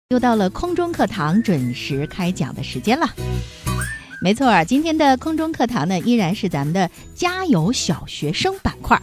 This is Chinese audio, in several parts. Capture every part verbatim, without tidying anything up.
又到了空中课堂准时开讲的时间了。没错，今天的空中课堂呢，依然是咱们的加油小学生板块。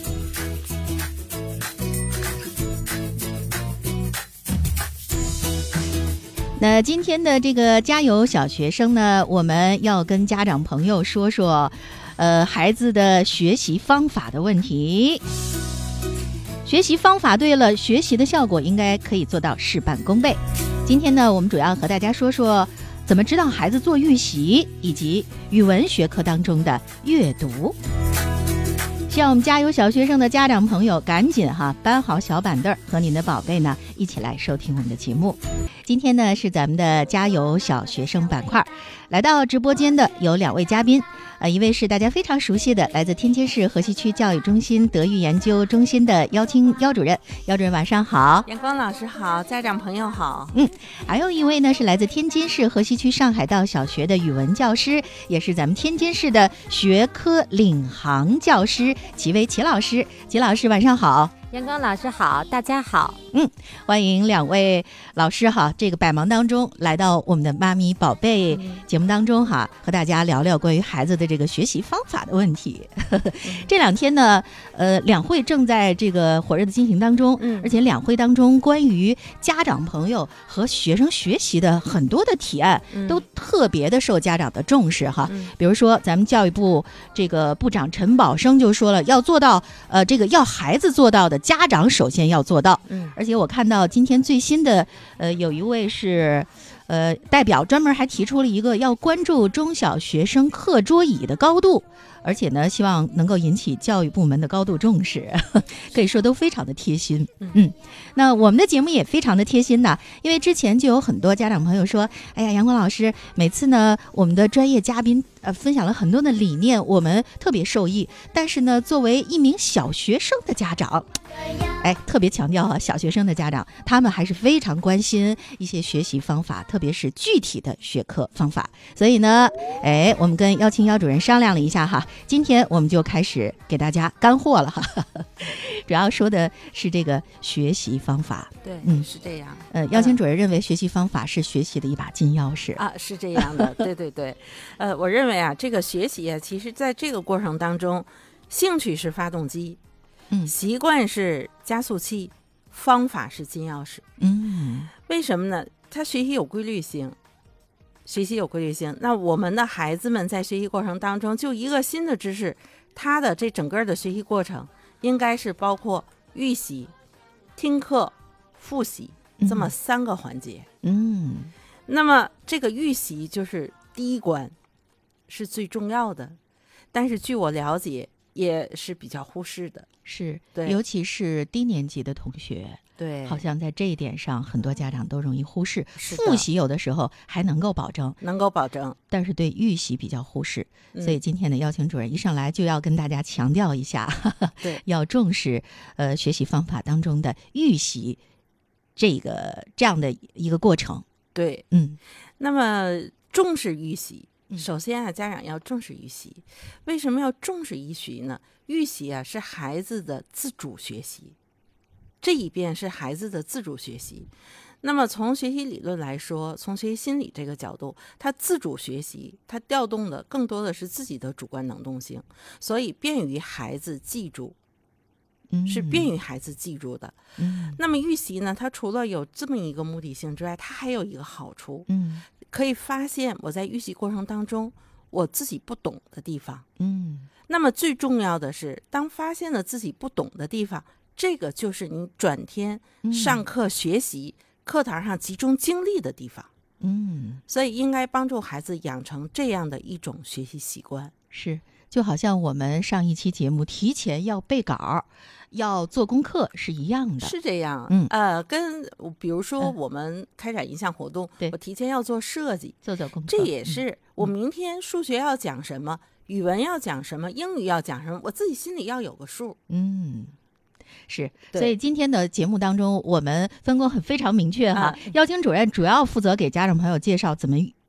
那今天的这个加油小学生呢，我们要跟家长朋友说说，呃，孩子的学习方法的问题。学习方法对了，学习的效果应该可以做到事半功倍。今天呢，我们主要和大家说说怎么指导孩子做预习，以及语文学科当中的阅读。希望我们加油小学生的家长朋友赶紧哈搬好小板凳，和您的宝贝呢一起来收听我们的节目。今天呢是咱们的加油小学生板块，来到直播间的有两位嘉宾。呃，一位是大家非常熟悉的，来自天津市河西区教育中心德育研究中心的姚青姚主任。姚主任晚上好。 阳光老师好，家长朋友好。 嗯，还有一位呢是来自天津市河西区上海道小学的语文教师，也是咱们天津市的学科领航教师齐薇齐老师。齐老师晚上好。 阳光老师好，大家好。 嗯，欢迎两位老师哈，这个百忙当中来到我们的妈咪宝贝节目当中哈，和大家聊聊关于孩子的这个学习方法的问题。这两天呢，呃，两会正在这个火热的进行当中，嗯，而且两会当中关于家长朋友和学生学习的很多的提案，嗯，都特别的受家长的重视哈。嗯，比如说咱们教育部这个部长陈宝生就说了，要做到呃这个要孩子做到的，家长首先要做到。嗯，而且我看到今天最新的呃有一位是呃代表专门还提出了一个要关注中小学生课桌椅的高度，而且呢希望能够引起教育部门的高度重视，可以说都非常的贴心。嗯，那我们的节目也非常的贴心的，因为之前就有很多家长朋友说，哎呀，阳光老师每次呢我们的专业嘉宾呃分享了很多的理念，我们特别受益，但是呢作为一名小学生的家长，哎，特别强调啊，小学生的家长他们还是非常关心一些学习方法，特别是具体的学科方法。所以呢，哎，我们跟姚青姚主任商量了一下哈，今天我们就开始给大家干货了哈。主要说的是这个学习方法。 对，嗯，是这样。 呃，姚青主任认为学习方法是学习的一把金钥匙啊，是这样的。对对对，呃，我认为啊，这个学习啊，其实在这个过程当中，兴趣是发动机。嗯，习惯是加速器，方法是金钥匙。嗯，为什么呢？他学习有规律性，学习有规律性。那我们的孩子们在学习过程当中，就一个新的知识，他的这整个的学习过程应该是包括预习、听课、复习这么三个环节。嗯，那么这个预习就是第一关，是最重要的，但是据我了解也是比较忽视的。 是，对，尤其是低年级的同学， 对， 好像在这一点上很多家长都容易忽视。复习有的时候还能够保证， 能够保证， 但是对预习比较忽视。嗯，所以今天的邀请主任一上来就要跟大家强调一下，对，要重视呃学习方法当中的预习这个这样的一个过程。 对，嗯，那么重视预习。首先啊，家长要重视预习。为什么要重视预习呢？预习啊是孩子的自主学习，这一遍是孩子的自主学习。那么从学习理论来说，从学习心理这个角度，他自主学习，他调动的更多的是自己的主观能动性，所以便于孩子记住，是便于孩子记住的。嗯，那么预习呢，它除了有这么一个目的性之外，它还有一个好处。嗯，可以发现我在预习过程当中我自己不懂的地方。嗯，那么最重要的是，当发现了自己不懂的地方，这个就是你转天上课学习、嗯、课堂上集中精力的地方。嗯，所以应该帮助孩子养成这样的一种学习习惯。 是，就好像我们上一期节目提前要背稿要做功课是一样的。 是这样。嗯，呃，跟比如说我们开展一项活动，嗯，我提前要做设计， 做做功课， 这也是我明天数学要讲什么，嗯，语文要讲什么，英语要讲什么，我自己心里要有个数。 嗯，是，所以今天的节目当中我们分工很非常明确哈。嗯，邀请主任主要负责给家长朋友介绍怎么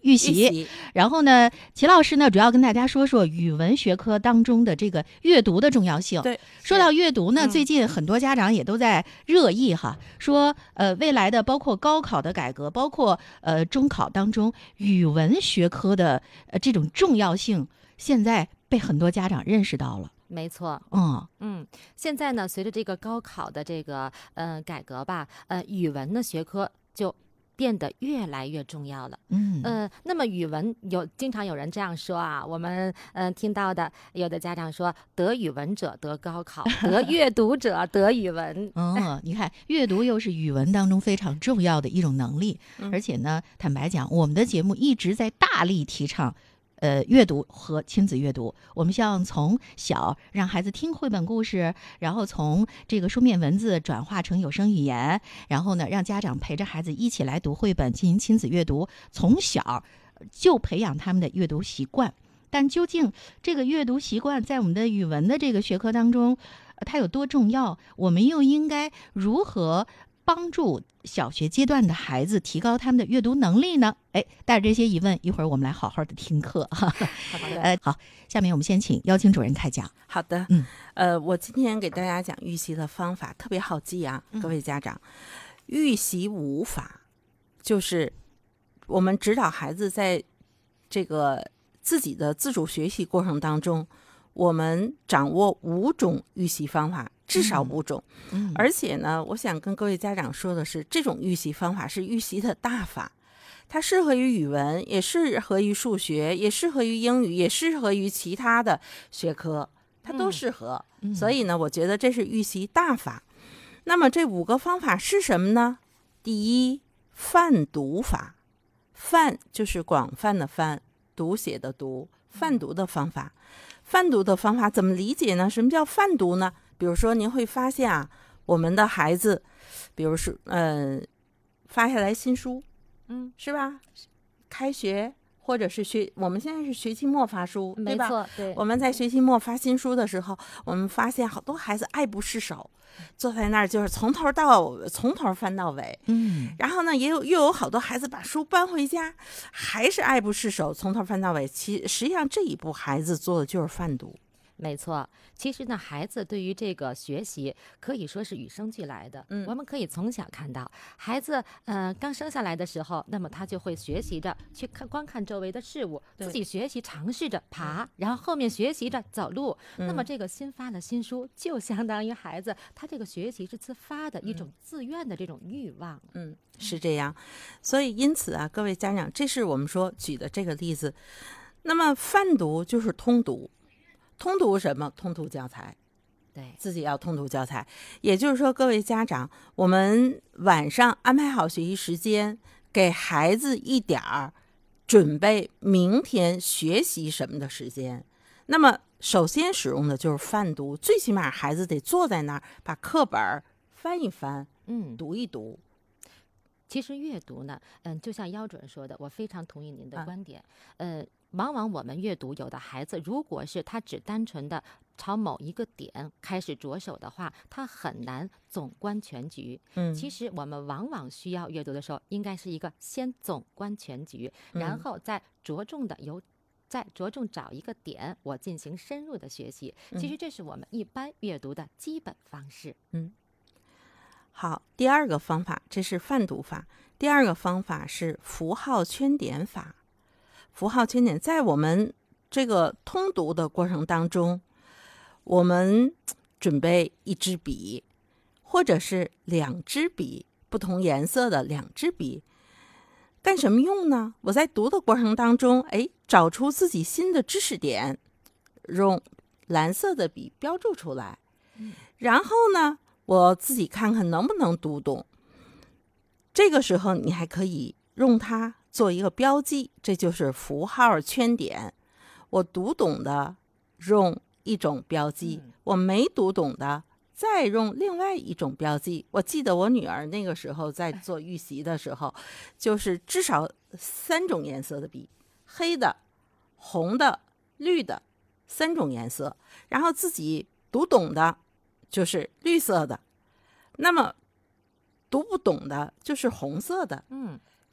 预习。 预习然后呢，齐老师呢主要跟大家说说语文学科当中的这个阅读的重要性。 对， 说到阅读呢， 嗯最近很多家长也都在热议哈，说呃未来的包括高考的改革，包括呃中考当中语文学科的呃这种重要性，现在被很多家长认识到了。 没错， 嗯嗯，现在呢，随着这个高考的这个呃改革吧，呃，语文的学科就变得越来越重要了。 嗯呃，那么语文有经常有人这样说啊，我们嗯、呃、听到的有的家长说，得语文者得高考，得阅读者得语文。 哦，你看，阅读又是语文当中非常重要的一种能力， 嗯而且呢，坦白讲，我们的节目一直在大力提倡。呃，阅读和亲子阅读，我们希望从小让孩子听绘本故事，然后从这个书面文字转化成有声语言，然后呢，让家长陪着孩子一起来读绘本，进行亲子阅读，从小就培养他们的阅读习惯。但究竟这个阅读习惯在我们的语文的这个学科当中，呃它有多重要？我们又应该如何帮助小学阶段的孩子提高他们的阅读能力呢？哎，带着这些疑问，一会儿我们来好好的听课哈。 好的， 呃，好，下面我们先请邀请主任开讲。 好的， 嗯， 呃，我今天给大家讲预习的方法，特别好记啊，各位家长，预习五法就是我们指导孩子在这个自己的自主学习过程当中，我们掌握五种预习方法，至少五种。 嗯， 而且呢，我想跟各位家长说的是，这种预习方法是预习的大法，它适合于语文，也适合于数学，也适合于英语，也适合于其他的学科，它都适合。 嗯、 所以呢，我觉得这是预习大法。那么这五个方法是什么呢？第一，泛读法。泛就是广泛的泛，读写的读，泛读的方法。泛读的方法怎么理解呢？什么叫泛读呢？比如说您会发现啊，我们的孩子，比如说嗯、呃，发下来新书， 嗯， 是吧？开学或者是学，我们现在是学期末发书，对吧？ 没错，对。 我们在学期末发新书的时候，我们发现好多孩子爱不释手，坐在那儿就是从头到从头翻到尾。 嗯， 然后呢，也有又有好多孩子把书搬回家，还是爱不释手，从头翻到尾。其实际上这一步孩子做的就是泛读。 没错，其实呢，孩子对于这个学习可以说是与生俱来的。 嗯， 我们可以从小看到孩子，呃，刚生下来的时候，那么他就会学习着去看观看周围的事物，自己学习尝试着爬，嗯、然后后面学习着走路。嗯、那么这个新发了新书，就相当于孩子他这个学习是自发的一种自愿的这种欲望。 嗯，是这样。所以因此啊，各位家长，这是我们说举的这个例子。那么泛读就是通读。通读什么？通读教材， 对， 自己要通读教材。也就是说，各位家长，我们晚上安排好学习时间，给孩子一点儿准备明天学习什么的时间。那么，首先使用的就是泛读，最起码孩子得坐在那儿，把课本翻一翻， 嗯， 读一读。 其实阅读呢，嗯，就像姚主任说的，我非常同意您的观点。嗯、呃，往往我们阅读，有的孩子如果是他只单纯的朝某一个点开始着手的话，他很难总观全局。 嗯， 其实我们往往需要阅读的时候，应该是一个先总观全局，然后再着重的由。再着重找一个点，我进行深入的学习。其实这是我们一般阅读的基本方式。 嗯。好，第二个方法，这是泛读法。第二个方法是符号圈点法。符号圈点在我们这个通读的过程当中，我们准备一支笔，或者是两支笔，不同颜色的两支笔，干什么用呢？我在读的过程当中，哎，找出自己新的知识点，用蓝色的笔标注出来，然后呢，我自己看看能不能读懂。这个时候你还可以用它做一个标记，这就是符号圈点。我读懂的用一种标记， 嗯、 我没读懂的再用另外一种标记。我记得我女儿那个时候在做预习的时候，就是至少三种颜色的笔，黑的、红的、绿的，三种颜色，然后自己读懂的就是绿色的，那么读不懂的就是红色的。 嗯，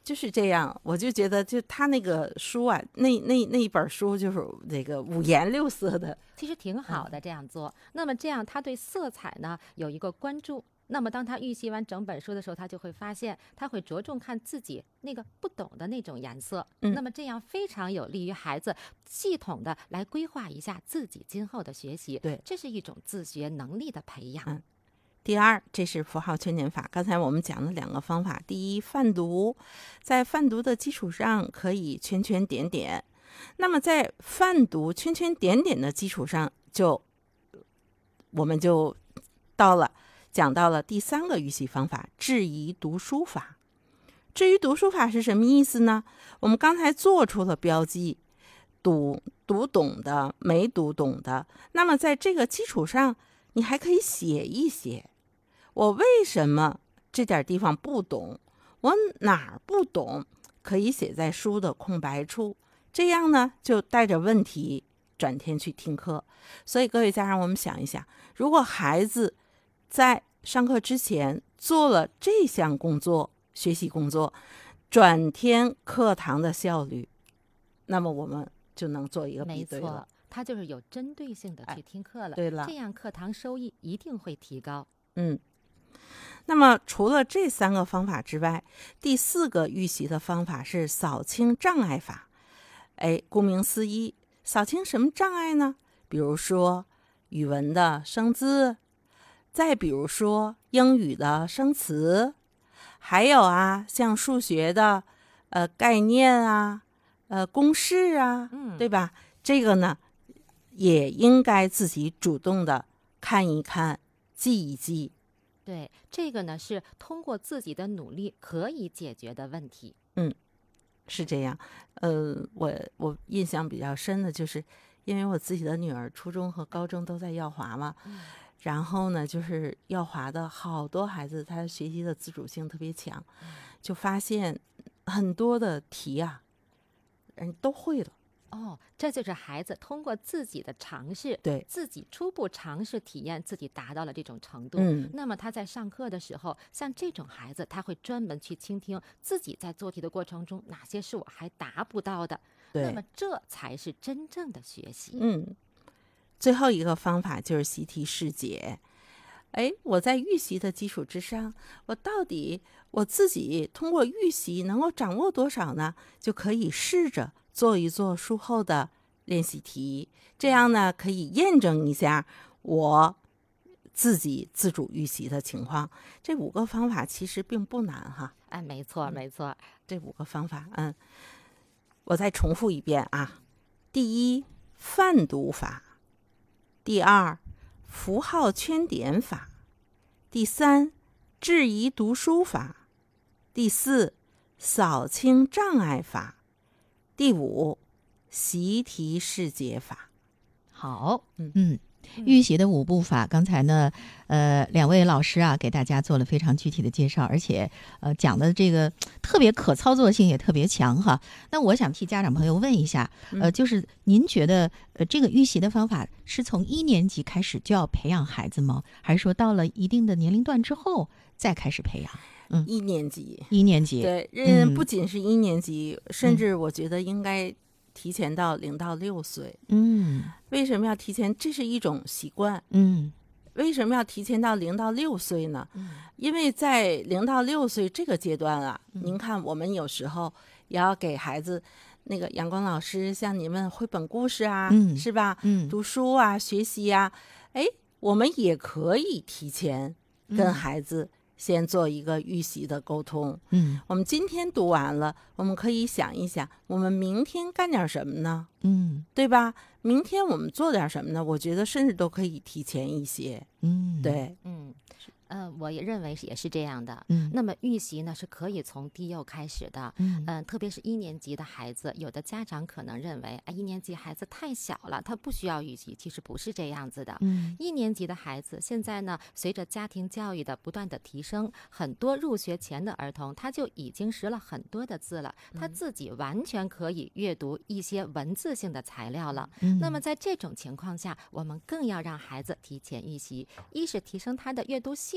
就是这样，我就觉得就他那个书啊，那那那一本书就是这个五颜六色的， 其实挺好的这样做。那么这样他对色彩呢有一个关注。那么当他预习完整本书的时候，他就会发现他会着重看自己那个不懂的那种颜色。 嗯、 那么这样非常有利于孩子系统的来规划一下自己今后的学习。 对， 这是一种自学能力的培养。 嗯第二，这是符号圈点法。刚才我们讲了两个方法，第一，泛读，在泛读的基础上可以圈圈点点。那么在泛读圈圈点点的基础上，就我们就到了讲到了第三个预习方法，质疑读书法。质疑读书法是什么意思呢？我们刚才做出了标记，读读懂的，没读懂的。那么在这个基础上，你还可以写一写。我为什么这点地方不懂？我哪儿不懂？可以写在书的空白处，这样呢，就带着问题转天去听课。所以各位家长，我们想一想，如果孩子在上课之前做了这项工作，学习工作，转天课堂的效率，那么我们就能做一个比对了。 他就是有针对性的去听课了， 对了， 这样课堂收益一定会提高。 嗯。那么除了这三个方法之外，第四个预习的方法是扫清障碍法。哎，顾名思义，扫清什么障碍呢？比如说语文的生字，再比如说英语的生词，还有啊，像数学的呃概念啊、呃公式啊， 嗯， 对吧？这个呢，也应该自己主动的看一看、记一记。 对，这个呢是通过自己的努力可以解决的问题。 嗯，是这样。呃，我我印象比较深的就是，因为我自己的女儿初中和高中都在耀华嘛， 嗯、 然后呢，就是耀华的好多孩子，他学习的自主性特别强， 嗯、 就发现很多的题啊，人都会了。 哦，这就是孩子通过自己的尝试， 对自己初步尝试体验，自己达到了这种程度。 嗯， 那么他在上课的时候，像这种孩子，他会专门去倾听自己在做题的过程中哪些是我还达不到的。 对， 那么这才是真正的学习。 嗯，最后一个方法就是习题试解。哎，我在预习的基础之上，我到底我自己通过预习能够掌握多少呢？就可以试着做一做术后的练习题，这样呢可以验证一下我自己自主预习的情况。这五个方法其实并不难哈。 哎，没错没错， 嗯、这五个方法，嗯，我再重复一遍啊。第一，泛读法；第二，符号圈点法；第三，质疑读书法；第四，扫清障碍法；第五，习题试解法。 好， 嗯嗯，预习的五步法，刚才呢，呃，两位老师啊，给大家做了非常具体的介绍，而且呃，讲的这个特别可操作性也特别强哈。那我想替家长朋友问一下，呃，就是您觉得呃，这个预习的方法是从一年级开始就要培养孩子吗？还是说到了一定的年龄段之后再开始培养？嗯， 一年级， 一年级， 对，嗯， 嗯不仅是一年级，甚至我觉得应该提前到零到六岁。 嗯， 为什么要提前？这是一种习惯。 嗯， 为什么要提前到零到六岁呢？ 嗯， 因为在零到六岁这个阶段啊， 嗯、 您看我们有时候也要给孩子，那个阳光老师像你们绘本故事啊， 嗯、 是吧？ 嗯， 读书啊，学习啊，哎，我们也可以提前跟孩子先做一个预习的沟通。 嗯， 我们今天读完了，我们可以想一想，我们明天干点什么呢？ 嗯， 对吧？明天我们做点什么呢？我觉得甚至都可以提前一些。 嗯， 对， 嗯。嗯、呃，我也认为也是这样的。 嗯， 那么预习呢是可以从低幼开始的。 嗯、 呃，特别是一年级的孩子，有的家长可能认为，啊，一年级孩子太小了，他不需要预习。其实不是这样子的。 嗯， 一年级的孩子现在呢，随着家庭教育的不断的提升，很多入学前的儿童他就已经识了很多的字了，他自己完全可以阅读一些文字性的材料了。 嗯， 那么在这种情况下，我们更要让孩子提前预习，一是提升他的阅读兴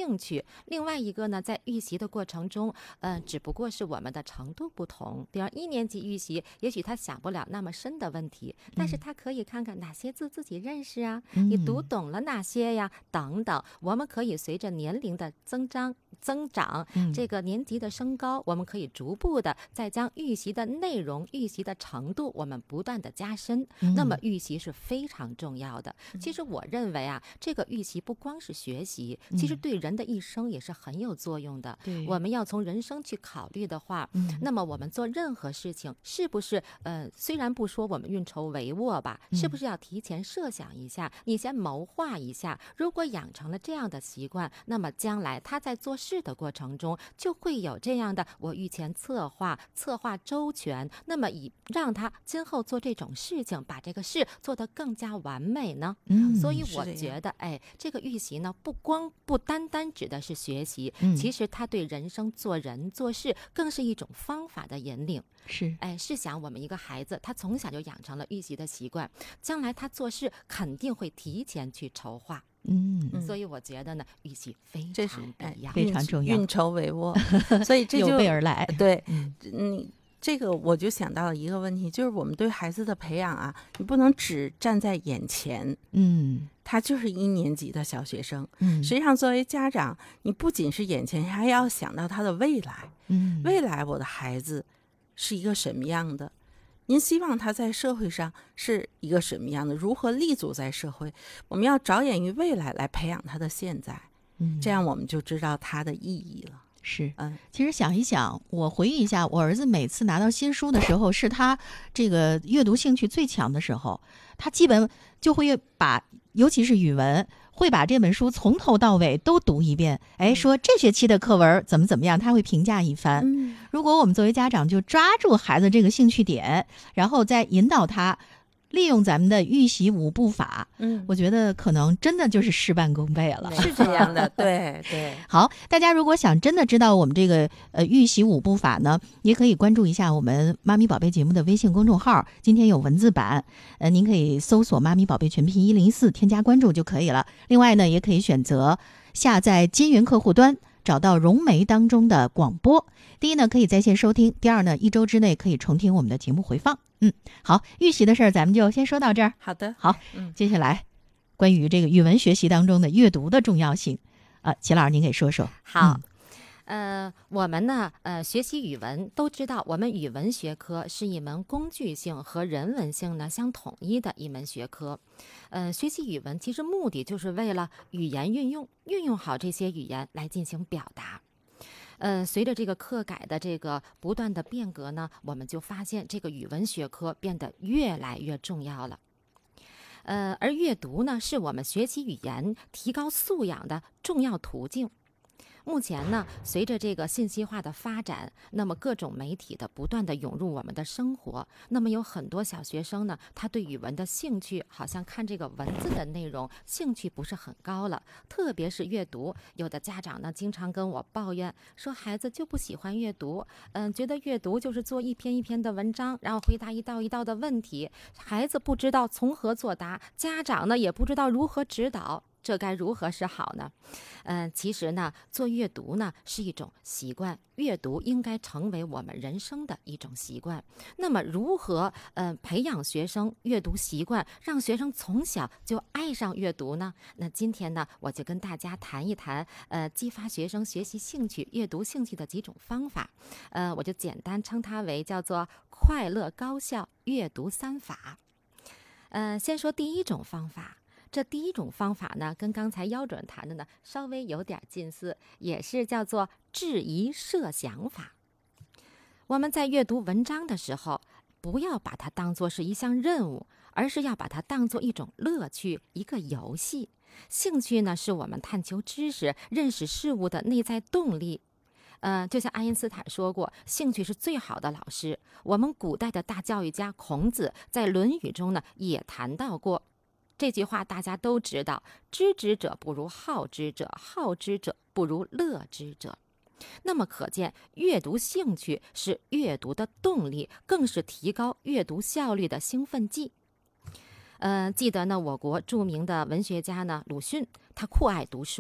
兴趣。另外一个呢，在预习的过程中，呃，只不过是我们的程度不同。比如一年级预习，也许他想不了那么深的问题，但是他可以看看哪些字自己认识啊， 嗯、 你读懂了哪些呀，等等。我们可以随着年龄的增长。增长，这个年级的升高，我们可以逐步的再将预习的内容、预习的程度，我们不断的加深。 嗯、 那么预习是非常重要的。其实我认为啊，这个预习不光是学习，其实对人的一生也是很有作用的。 嗯、 我们要从人生去考虑的话， 嗯、 那么我们做任何事情，是不是呃，虽然不说我们运筹帷幄吧，是不是要提前设想一下，你先谋划一下？如果养成了这样的习惯，那么将来他在做事的过程中就会有这样的我预前策划策划周全，那么以让他今后做这种事情，把这个事做得更加完美呢。 嗯， 所以我觉得哎，这个预习呢，不光不单单指的是学习、 嗯、 其实它对人生做人做事更是一种方法的引领。 是， 哎，试想我们一个孩子，他从小就养成了预习的习惯，将来他做事肯定会提前去筹划。 嗯， 所以我觉得呢，预习非常必要， 非常重要， 运筹帷幄，所以这就有备而来。 对，嗯，这个我就想到了一个问题，就是我们对孩子的培养啊，你不能只站在眼前， 嗯， 他就是一年级的小学生， 嗯， 实际上作为家长，你不仅是眼前，还要想到他的未来， 嗯， 未来我的孩子是一个什么样的？您希望他在社会上是一个什么样的？如何立足在社会？我们要着眼于未来来培养他的现在， 嗯， 这样我们就知道它的意义了。 是， 嗯， 其实想一想，我回忆一下，我儿子每次拿到新书的时候，是他这个阅读兴趣最强的时候，他基本就会把，尤其是语文，会把这本书从头到尾都读一遍。哎，说这学期的课文怎么怎么样，他会评价一番。 嗯， 如果我们作为家长就抓住孩子这个兴趣点，然后再引导他利用咱们的预习五步法， 嗯， 我觉得可能真的就是事半功倍了。 是这样的，对对。 好，大家如果想真的知道我们这个呃预习五步法呢，也可以关注一下我们妈咪宝贝节目的微信公众号，今天有文字版，呃，您可以搜索妈咪宝贝全拼一零四，添加关注就可以了。另外呢，也可以选择下载金源客户端，找到融媒当中的广播。第一呢，可以在线收听；第二呢，一周之内可以重听我们的节目回放。嗯，好，预习的事儿咱们就先说到这儿。 好的， 好， 嗯， 接下来关于这个语文学习当中的阅读的重要性，啊，齐老师您给说说。 好。嗯、呃，我们呢，呃，学习语文都知道，我们语文学科是一门工具性和人文性呢相统一的一门学科。呃，学习语文其实目的就是为了语言运用，运用好这些语言来进行表达。呃，随着这个课改的这个不断的变革呢，我们就发现这个语文学科变得越来越重要了。呃，而阅读呢，是我们学习语言、提高素养的重要途径。目前呢，随着这个信息化的发展，那么各种媒体的不断的涌入我们的生活，那么有很多小学生呢，他对语文的兴趣好像看这个文字的内容兴趣不是很高了，特别是阅读，有的家长呢经常跟我抱怨说孩子就不喜欢阅读，嗯，觉得阅读就是做一篇一篇的文章，然后回答一道一道的问题，孩子不知道从何作答，家长呢也不知道如何指导。这该如何是好呢？嗯、呃，其实呢，做阅读呢是一种习惯，阅读应该成为我们人生的一种习惯。那么，如何呃培养学生阅读习惯，让学生从小就爱上阅读呢？那今天呢，我就跟大家谈一谈呃激发学生学习兴趣、阅读兴趣的几种方法。呃，我就简单称它为叫做快乐高效阅读三法。呃，先说第一种方法。这第一种方法呢，跟刚才腰准谈的呢稍微有点近似，也是叫做质疑设想法。我们在阅读文章的时候，不要把它当作是一项任务，而是要把它当作一种乐趣，一个游戏。兴趣呢，是我们探求知识、认识事物的内在动力。呃，就像爱因斯坦说过，兴趣是最好的老师。我们古代的大教育家孔子在《论语》中呢，也谈到过。这句话大家都知道，知之者不如好之者，好之者不如乐之者。那么可见，阅读兴趣是阅读的动力，更是提高阅读效率的兴奋剂。呃，记得呢，我国著名的文学家呢鲁迅，他酷爱读书，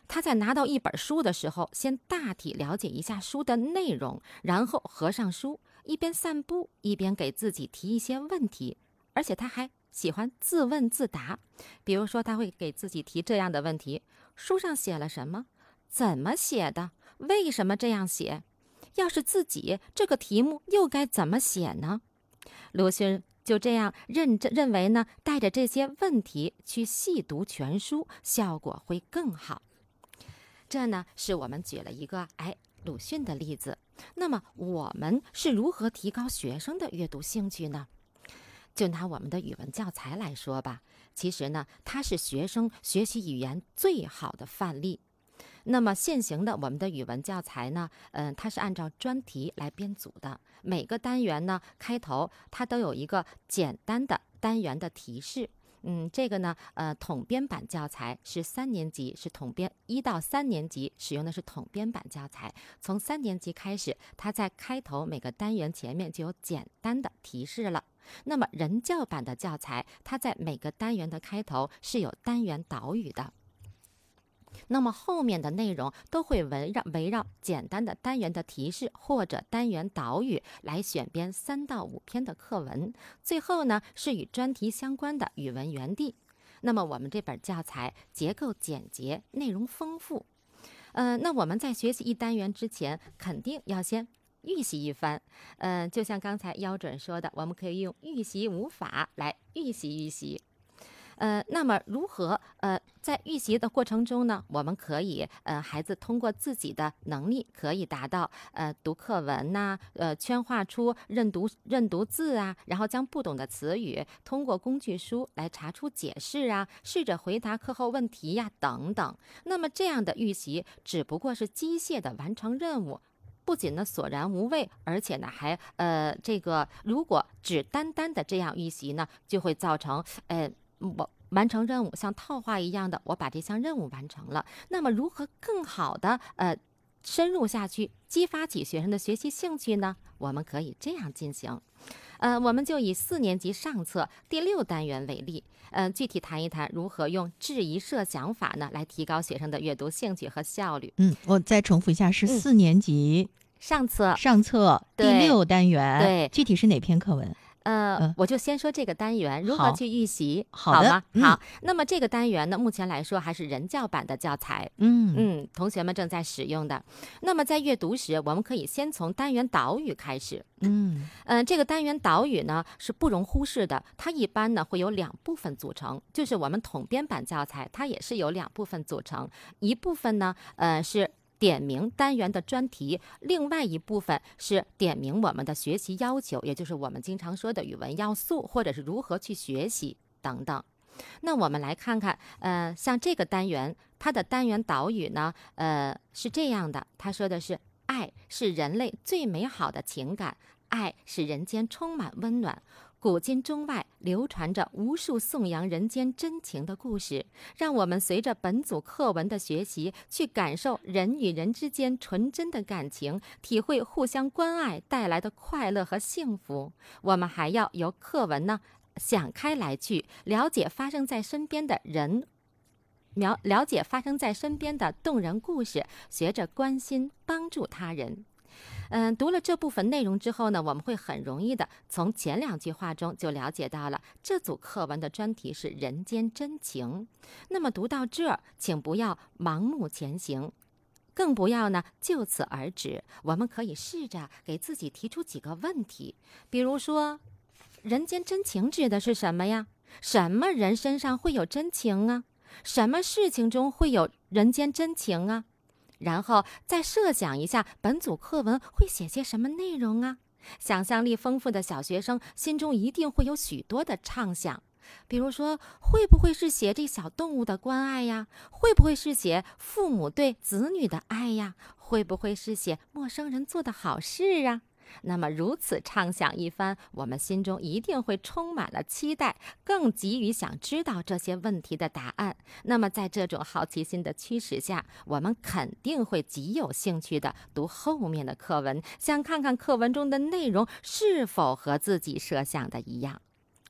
他在拿到一本书的时候，先大体了解一下书的内容，然后合上书，一边散步一边给自己提一些问题，而且他还喜欢自问自答。比如说他会给自己提这样的问题：书上写了什么？怎么写的？为什么这样写？要是自己这个题目又该怎么写呢？鲁迅就这样认认为呢，带着这些问题去细读全书，效果会更好。这呢是我们举了一个哎鲁迅的例子。那么我们是如何提高学生的阅读兴趣呢？就拿我们的语文教材来说吧，其实呢，它是学生学习语言最好的范例。那么现行的我们的语文教材呢，嗯、呃，它是按照专题来编组的，每个单元呢开头它都有一个简单的单元的提示。嗯，这个呢，呃，统编版教材是三年级是统编，一到三年级使用的是统编版教材。从三年级开始，它在开头每个单元前面就有简单的提示了。那么人教版的教材，它在每个单元的开头是有单元导语的。那么后面的内容都会围绕围绕简单的单元的提示或者单元导语来选编三到五篇的课文，最后呢是与专题相关的语文园地。那么我们这本教材结构简洁，内容丰富。呃，那我们在学习一单元之前，肯定要先预习一番。呃，就像刚才腰准说的，我们可以用预习五法来预习预习。呃，那么如何呃在预习的过程中呢，我们可以呃孩子通过自己的能力可以达到呃读课文呐、啊，呃圈画出认读认读字啊，然后将不懂的词语通过工具书来查出解释啊，试着回答课后问题呀、啊、等等。那么这样的预习只不过是机械的完成任务。不仅呢索然无味，而且呢还呃这个如果只单单的这样预习呢，就会造成呃我完成任务像套话一样的，我把这项任务完成了。那么如何更好的呃深入下去，激发起学生的学习兴趣呢？我们可以这样进行。呃，我们就以四年级上册第六单元为例，呃，具体谈一谈如何用质疑设想法呢，来提高学生的阅读兴趣和效率。 嗯，我再重复一下，是四年级、 嗯、上册上册第六单元， 对， 具体是哪篇课文？ 呃， 呃我就先说这个单元如何去预习， 好, 好的吗？ 嗯、 好，那么这个单元呢，目前来说还是人教版的教材， 嗯嗯，同学们正在使用的。那么在阅读时，我们可以先从单元导语开始， 嗯嗯、呃，这个单元导语呢是不容忽视的，它一般呢会有两部分组成，就是我们统编版教材，它也是由两部分组成，一部分呢，呃是点明单元的专题，另外一部分是点明我们的学习要求，也就是我们经常说的语文要素，或者是如何去学习等等。那我们来看看，呃，像这个单元，它的单元导语呢，呃，是这样的，他说的是：爱是人类最美好的情感，爱是人间充满温暖。古今中外流传着无数颂扬人间真情的故事，让我们随着本组课文的学习，去感受人与人之间纯真的感情，体会互相关爱带来的快乐和幸福。我们还要由课文呢想开来去，了解发生在身边的人，了了解发生在身边的动人故事，学着关心帮助他人。嗯，读了这部分内容之后呢，我们会很容易的从前两句话中就了解到了这组课文的专题是人间真情。那么读到这儿，请不要盲目前行，更不要呢就此而止。我们可以试着给自己提出几个问题，比如说，人间真情指的是什么呀？什么人身上会有真情啊？什么事情中会有人间真情啊？然后再设想一下本组课文会写些什么内容啊？想象力丰富的小学生心中一定会有许多的畅想，比如说会不会是写这小动物的关爱呀？会不会是写父母对子女的爱呀？会不会是写陌生人做的好事啊？那么如此畅想一番，我们心中一定会充满了期待，更急于想知道这些问题的答案。那么在这种好奇心的驱使下，我们肯定会极有兴趣地读后面的课文，想看看课文中的内容是否和自己设想的一样。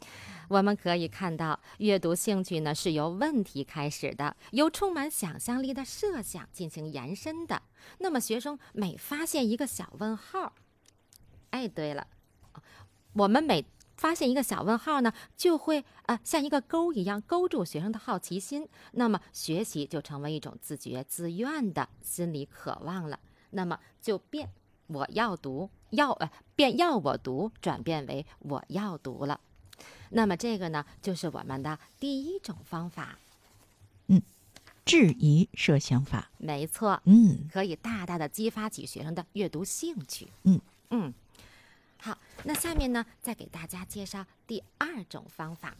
我们可以看到，阅读兴趣呢是由问题开始的，由充满想象力的设想进行延伸的。那么学生每发现一个小问号，哎，对了，我们每发现一个小问号呢，就会啊、呃、像一个钩一样勾住学生的好奇心，那么学习就成为一种自觉自愿的心理渴望了。那么就变我要读要呃变要我读转变为我要读了。那么这个呢，就是我们的第一种方法。 嗯，质疑设想法。 没错。 嗯， 可以大大的激发起学生的阅读兴趣。 嗯嗯。好，那下面呢，再给大家介绍第二种方法。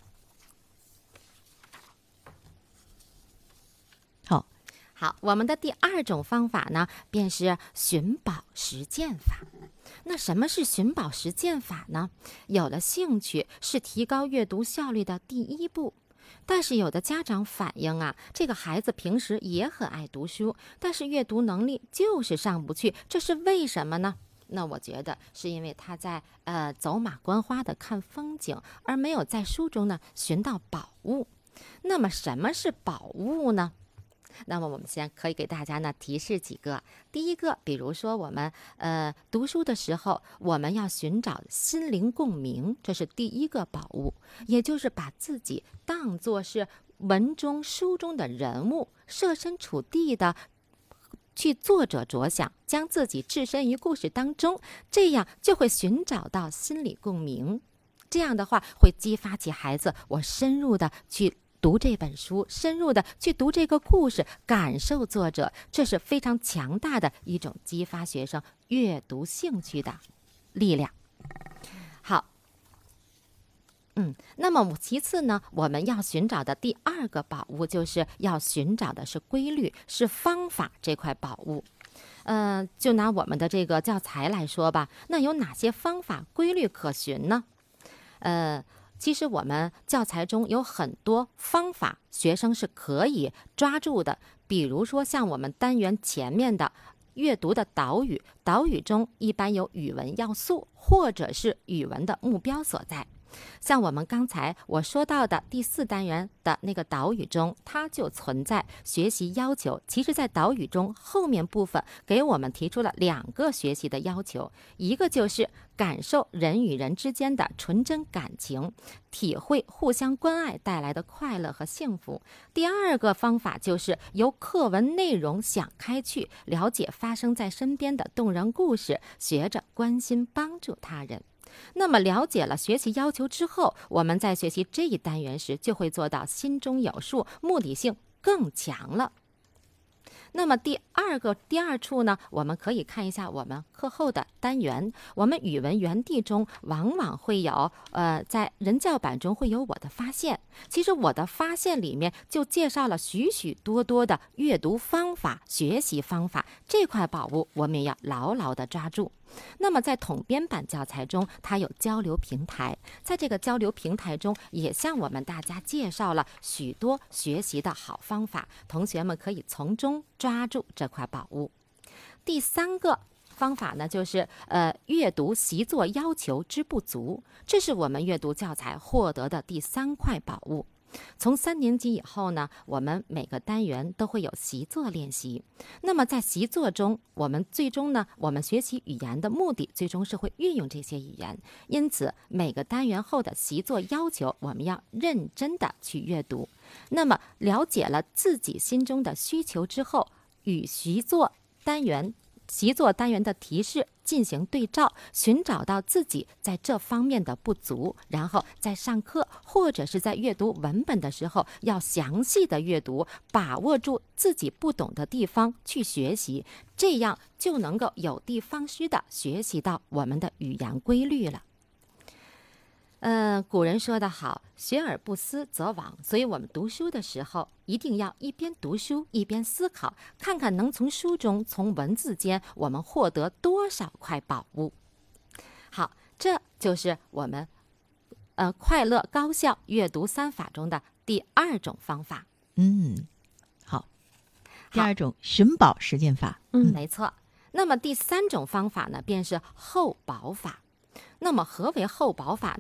好， 好，我们的第二种方法呢，便是寻宝实践法。那什么是寻宝实践法呢？有了兴趣是提高阅读效率的第一步。但是有的家长反映啊，这个孩子平时也很爱读书，但是阅读能力就是上不去，这是为什么呢？那我觉得是因为他在呃走马观花的看风景，而没有在书中呢寻到宝物。那么什么是宝物呢？那么我们先可以给大家呢提示几个。第一个，比如说我们呃读书的时候，我们要寻找心灵共鸣，这是第一个宝物，也就是把自己当作是文中书中的人物，设身处地的去作者着想，将自己置身于故事当中，这样就会寻找到心理共鸣。这样的话会激发起孩子我深入的去读这本书，深入的去读这个故事，感受作者，这是非常强大的一种激发学生阅读兴趣的力量。好，嗯，那么其次呢，我们要寻找的第二个宝物，就是要寻找的是规律，是方法这块宝物。呃，就拿我们的这个教材来说吧，那有哪些方法规律可循呢？呃，其实我们教材中有很多方法，学生是可以抓住的。比如说像我们单元前面的阅读的导语，导语中一般有语文要素或者是语文的目标所在。像我们刚才我说到的第四单元的那个导语中，它就存在学习要求。其实在导语中后面部分给我们提出了两个学习的要求，一个就是感受人与人之间的纯真感情，体会互相关爱带来的快乐和幸福。第二个方法就是由课文内容想开去，了解发生在身边的动人故事，学着关心帮助他人。那么了解了学习要求之后，我们在学习这一单元时就会做到心中有数，目的性更强了。那么第二个第二处呢，我们可以看一下我们课后的单元。我们语文园地中往往会有呃，在人教版中会有我的发现。其实我的发现里面就介绍了许许多多的阅读方法、学习方法，这块宝物我们也要牢牢的抓住。那么在统编版教材中，它有交流平台，在这个交流平台中也向我们大家介绍了许多学习的好方法，同学们可以从中抓住这块宝物。第三个方法呢，就是呃阅读习作要求之不足，这是我们阅读教材获得的第三块宝物。从三年级以后呢，我们每个单元都会有习作练习。那么在习作中，我们最终呢，我们学习语言的目的最终是会运用这些语言。因此，每个单元后的习作要求，我们要认真的去阅读。那么了解了自己心中的需求之后，与习作单元习作单元的提示进行对照，寻找到自己在这方面的不足，然后在上课或者是在阅读文本的时候，要详细的阅读，把握住自己不懂的地方去学习，这样就能够有的放矢的学习到我们的语言规律了。呃，古人说得好，学而不思则罔，所以我们读书的时候一定要一边读书一边思考，看看能从书中从文字间我们获得多少块宝物。好，这就是我们呃快乐高效阅读三法中的第二种方法。 嗯，好，第二种寻宝实践法。 嗯，没错。那么第三种方法呢，便是后宝法。那么何为后宝法呢？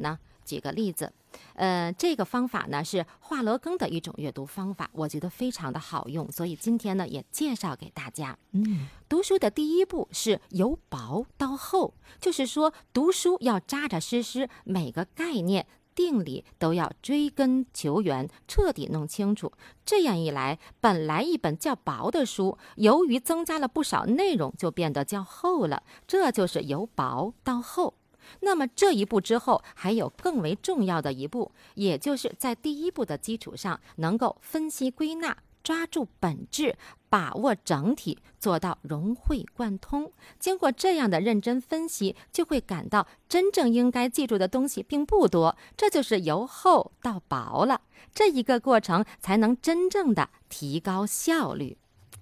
举个例子，呃，这个方法呢是华罗庚的一种阅读方法，我觉得非常的好用，所以今天呢也介绍给大家。 嗯， 读书的第一步是由薄到厚，就是说读书要扎扎实实，每个概念定理都要追根求源，彻底弄清楚。这样一来，本来一本较薄的书，由于增加了不少内容，就变得较厚了。这就是由薄到厚。那么这一步之后，还有更为重要的一步，也就是在第一步的基础上，能够分析归纳，抓住本质，把握整体，做到融会贯通。经过这样的认真分析，就会感到真正应该记住的东西并不多，这就是由厚到薄了。这一个过程才能真正的提高效率。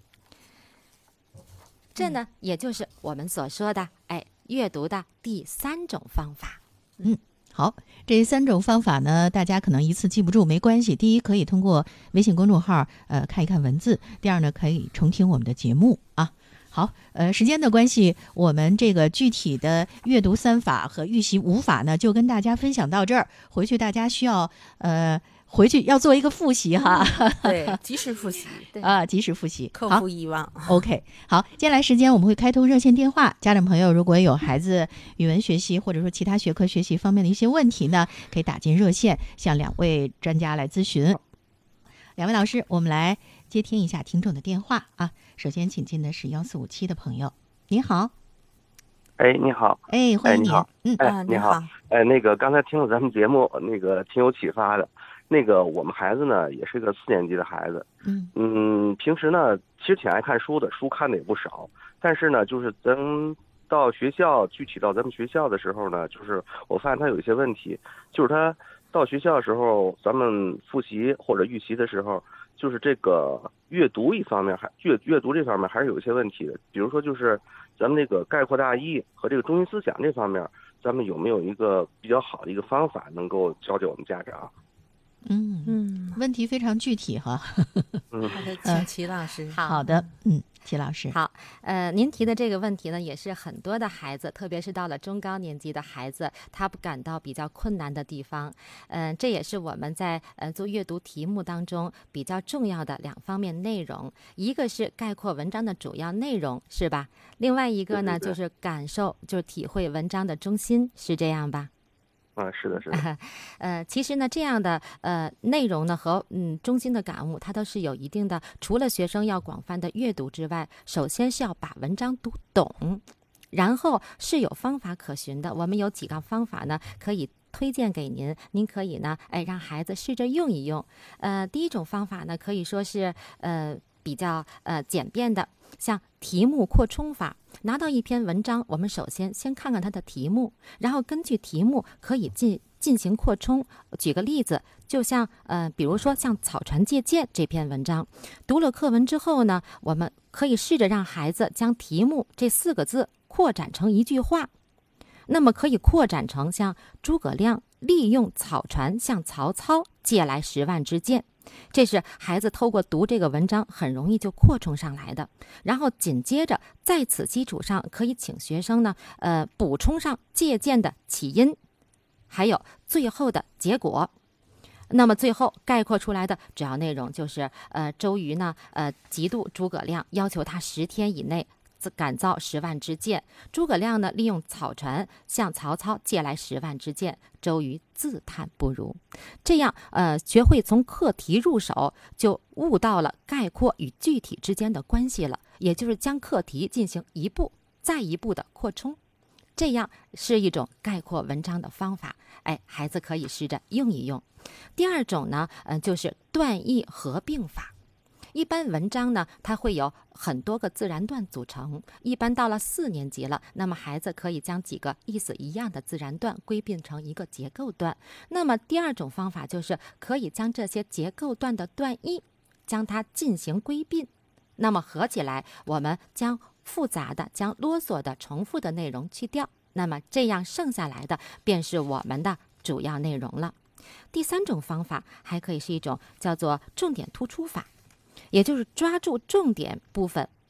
这呢，也就是我们所说的，哎，阅读的第三种方法。 嗯，好，这三种方法呢，大家可能一次记不住，没关系。第一，可以通过微信公众号呃看一看文字；第二呢，可以重听我们的节目啊。好，呃，时间的关系，我们这个具体的阅读三法和预习五法呢，就跟大家分享到这儿。回去大家需要呃。回去要做一个复习哈， 对，及时复习， 对啊，及时复习， 克服遗忘。 OK， 好，接下来时间我们会开通热线电话，家长朋友如果有孩子语文学习或者说其他学科学习方面的一些问题呢，可以打进热线向两位专家来咨询。两位老师，我们来接听一下听众的电话啊。首先请进的是幺四五七的朋友，您好。 哎，你好。 哎，欢迎您。 嗯，哎，你好。哎，那个刚才听了咱们节目，那个挺有启发的。那个我们孩子呢，也是个四年级的孩子， 嗯嗯，平时呢其实挺爱看书的，书看的也不少。但是呢，就是咱到学校，具体到咱们学校的时候呢，就是我发现他有一些问题，就是他到学校的时候，咱们复习或者预习的时候，就是这个阅读一方面还阅阅读这方面还是有一些问题的。比如说，就是咱们这个概括大义和这个中心思想这方面，咱们有没有一个比较好的一个方法能够教给我们家长？ 嗯嗯，问题非常具体哈。 嗯，好的，请齐老师。 好好的，嗯，齐老师。 好，呃，您提的这个问题呢，也是很多的孩子，特别是到了中高年级的孩子，他感到比较困难的地方。嗯、呃，这也是我们在呃做阅读题目当中比较重要的两方面内容，一个是概括文章的主要内容，是吧？另外一个呢， 对对对就是感受，就是体会文章的中心，是这样吧？ 啊，是的，是的。 呃，其实呢，这样的呃内容呢和嗯中心的感悟，它都是有一定的。除了学生要广泛的阅读之外，首先是要把文章读懂，然后是有方法可循的。我们有几个方法呢，可以推荐给您，您可以呢，哎，让孩子试着用一用。呃，第一种方法呢，可以说是呃比较呃简便的，像题目扩充法。拿到一篇文章，我们首先先看看它的题目，然后根据题目可以进进行扩充。举个例子，就像呃，比如说像《草船借箭》这篇文章，读了课文之后呢，我们可以试着让孩子将题目这四个字扩展成一句话。那么可以扩展成像诸葛亮利用草船向曹操借来十万支箭。这是孩子透过读这个文章很容易就扩充上来的。然后紧接着在此基础上，可以请学生呢，呃，补充上借鉴的起因，还有最后的结果。那么最后概括出来的主要内容就是，呃，周瑜呢，呃，嫉妒诸葛亮，要求他十天以内赶造十万支箭。诸葛亮呢，利用草船向曹操借来十万支箭，周瑜自叹不如。这样，呃，学会从课题入手，就悟到了概括与具体之间的关系了，也就是将课题进行一步再一步的扩充。这样是一种概括文章的方法，哎，孩子可以试着用一用。第二种呢，嗯、呃，就是段义合并法。一般文章呢，它会有很多个自然段组成。一般到了四年级了，那么孩子可以将几个意思一样的自然段归并成一个结构段。那么第二种方法就是可以将这些结构段的段义，将它进行归并。那么合起来，我们将复杂的、将啰嗦的、重复的内容去掉。那么这样剩下来的便是我们的主要内容了。第三种方法还可以是一种叫做重点突出法。也就是抓住重点部分，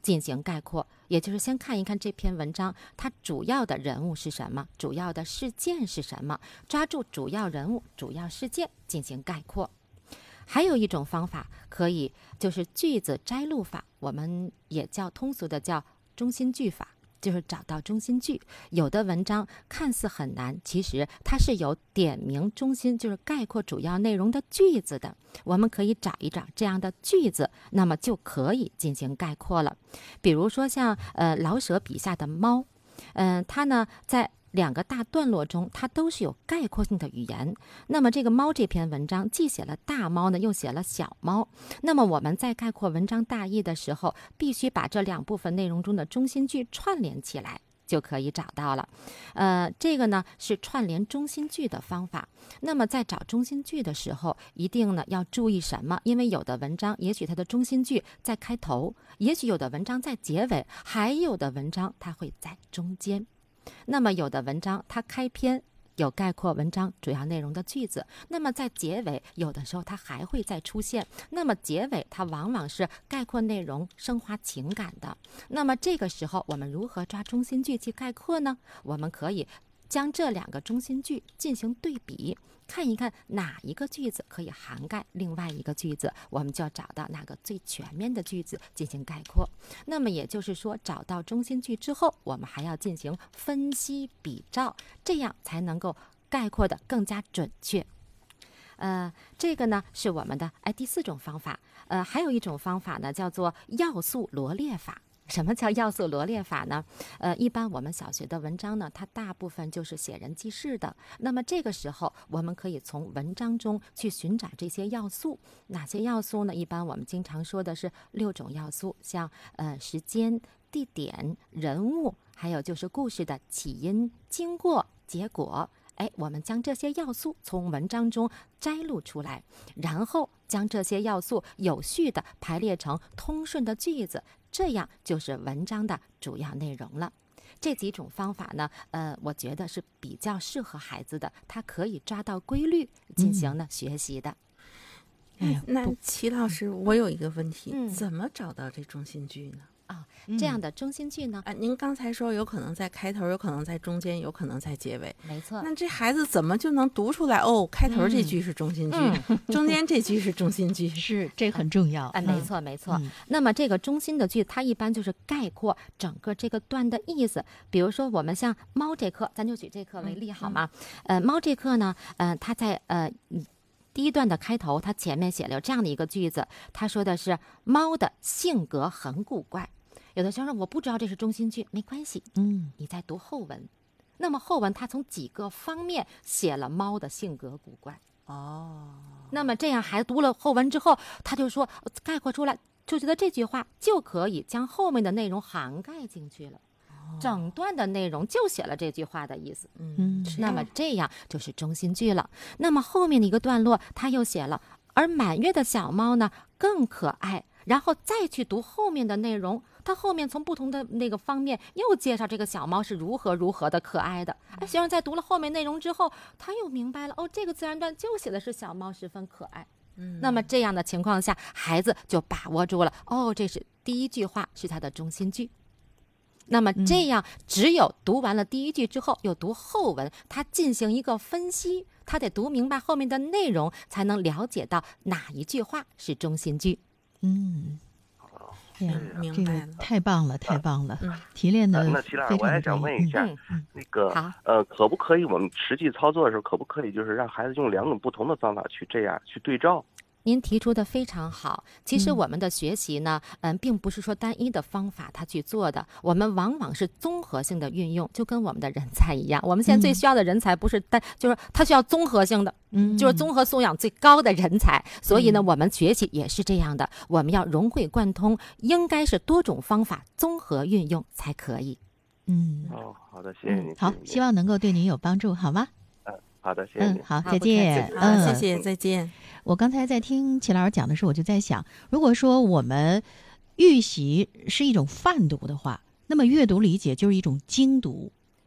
进行概括，也就是先看一看这篇文章它主要的人物是什么，主要的事件是什么，抓住主要人物、主要事件进行概括。还有一种方法可以就是句子摘录法，我们也叫通俗的叫中心句法，就是找到中心句。有的文章看似很难，其实它是有点明中心，就是概括主要内容的句子的。我们可以找一找这样的句子，那么就可以进行概括了。比如说像呃老舍笔下的猫，嗯、呃，它呢在两个大段落中，它都是有概括性的语言。那么这个猫这篇文章既写了大猫呢，又写了小猫。那么我们在概括文章大意的时候，必须把这两部分内容中的中心句串联起来，就可以找到了。呃，这个呢是串联中心句的方法。那么在找中心句的时候，一定呢要注意什么？因为有的文章也许它的中心句在开头，也许有的文章在结尾，还有的文章它会在中间。那么有的文章它开篇有概括文章主要内容的句子，那么在结尾有的时候它还会再出现，那么结尾它往往是概括内容升华情感的。那么这个时候我们如何抓中心句去概括呢？我们可以将这两个中心句进行对比，看一看哪一个句子可以涵盖另外一个句子，我们就要找到哪个最全面的句子进行概括。那么也就是说，找到中心句之后，我们还要进行分析比照，这样才能够概括的更加准确。呃，这个呢是我们的哎第四种方法。呃，还有一种方法呢，叫做要素罗列法。什么叫要素罗列法呢？呃，一般我们小学的文章呢，它大部分就是写人记事的。那么这个时候，我们可以从文章中去寻找这些要素。哪些要素呢？一般我们经常说的是六种要素，像呃时间、地点、人物，还有就是故事的起因、经过、结果。哎，我们将这些要素从文章中摘录出来，然后将这些要素有序地排列成通顺的句子，这样就是文章的主要内容了。这几种方法呢，呃，我觉得是比较适合孩子的，他可以抓到规律进行呢、嗯、学习的。 哎，那齐老师，我有一个问题， 嗯、 怎么找到这中心句呢？ 啊，这样的中心句呢？ 啊，您刚才说有可能在开头，有可能在中间，有可能在结尾。 没错。 那这孩子怎么就能读出来？哦，开头这句是中心句，嗯、中间这句是中心句， 是这很重要。 哎，没错没错。嗯、那么这个中心的句，它一般就是概括整个这个段的意思。比如说，我们像猫这课，咱就举这课为例好吗？嗯、呃，猫这课呢，呃，它在呃。第一段的开头，它前面写了这样的一个句子，他说的是猫的性格很古怪。有的时候我不知道这是中心句，没关系，嗯，你在读后文。那么后文它从几个方面写了猫的性格古怪。 哦， 那么这样孩子读了后文之后，他就说概括出来，就觉得这句话就可以将后面的内容涵盖进去了。整段的内容就写了这句话的意思，嗯，那么这样就是中心句了。那么后面的一个段落，他又写了，而满月的小猫呢更可爱，然后再去读后面的内容，他后面从不同的那个方面又介绍这个小猫是如何如何的可爱的。哎，学生在读了后面内容之后，他又明白了，哦，这个自然段就写的是小猫十分可爱。嗯，那么这样的情况下，孩子就把握住了，哦，这是第一句话是他的中心句。那么这样，只有读完了第一句之后，又读后文，他进行一个分析，他得读明白后面的内容，才能了解到哪一句话是中心句。 嗯， 哎呀，明白了， 这个太棒了，太棒了，嗯、提炼的那齐老师，我也想问一下，嗯、那个呃，可不可以我们实际操作的时候，可不可以就是让孩子用两种不同的方法去这样去对照？ 您提出的非常好。其实我们的学习呢，嗯，并不是说单一的方法他去做的，我们往往是综合性的运用，就跟我们的人才一样。我们现在最需要的人才不是单，嗯、就是他需要综合性的，嗯，就是综合素养最高的人才。所以呢，我们学习也是这样的，我们要融会贯通，应该是多种方法综合运用才可以。 嗯， 哦，好的，谢谢您。 好，希望能够对您有帮助，好吗？ 好的，谢谢您。 嗯，好，再见。 嗯，谢谢，再见。 我刚才在听齐老师讲的时候，我就在想，如果说我们预习是一种泛读的话，那么阅读理解就是一种精读。